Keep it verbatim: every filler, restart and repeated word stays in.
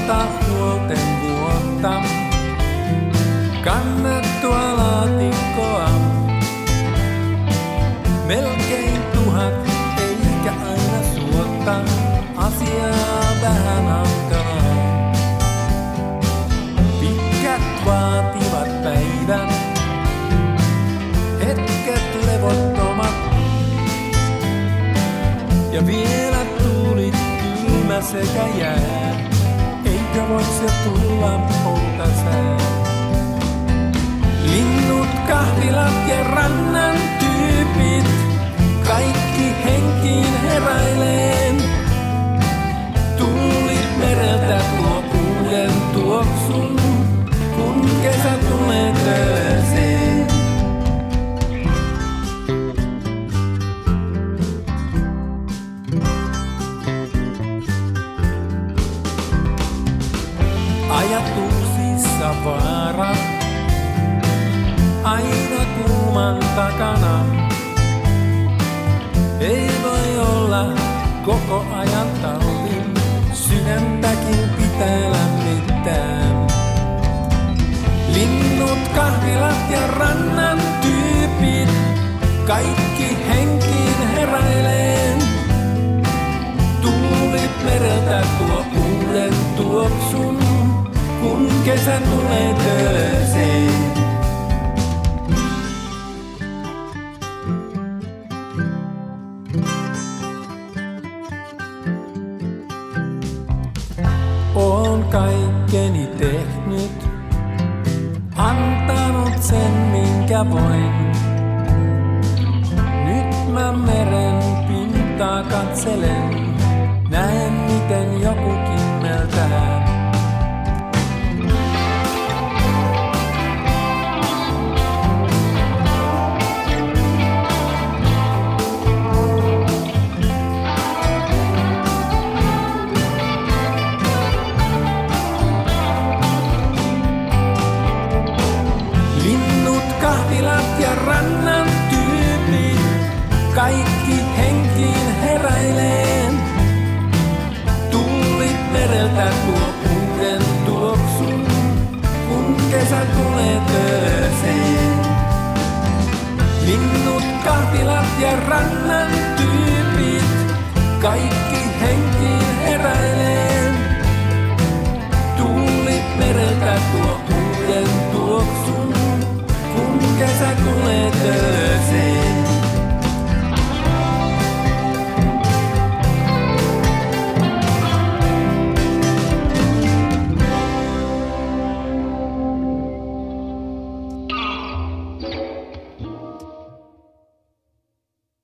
monta huolten vuotta kannettua laatikkoa. Melkein tuhat eikä aina suotta, asiaa vähän hankalaa. Pitkät vaativat päivät, hetket levottomat. Ja vielä tuulit kylmä sekä jää, eikä voi se tulla poutasää. Linnut, kahvilat ja rannan tyypit, kaikki henkiin heräileen. Tuulit mereltä tuo uuden tuoksun, kun kesä tulee töölöseen. Ajatuksissa vaara, aina kuuman takana. Ei voi olla koko ajan talvi, sydäntäkin pitää lämmittää. Linnut, kahvilat ja rannan tyypit, kaikki henkiin heräileen. Tuulit mereltä tuo uuden tuoksun, kun kesä tulee töölöseen. Oon kaikkeni tehnyt, antanut sen minkä voin. Nyt mä meren pintaa katselen, näen miten joku kimmeltää. Kahvilat ja rannan tyypit, kaikki henkiin heräileen. Tuulit mereltä tuo uuden tuoksun, kun kesä tulee töölöseen. Linnut, kahvilat ja rannan tyypit, kaikki henkiin heräileen. Tuulit mereltä tuo uuden tuoksun, kun kesä tulee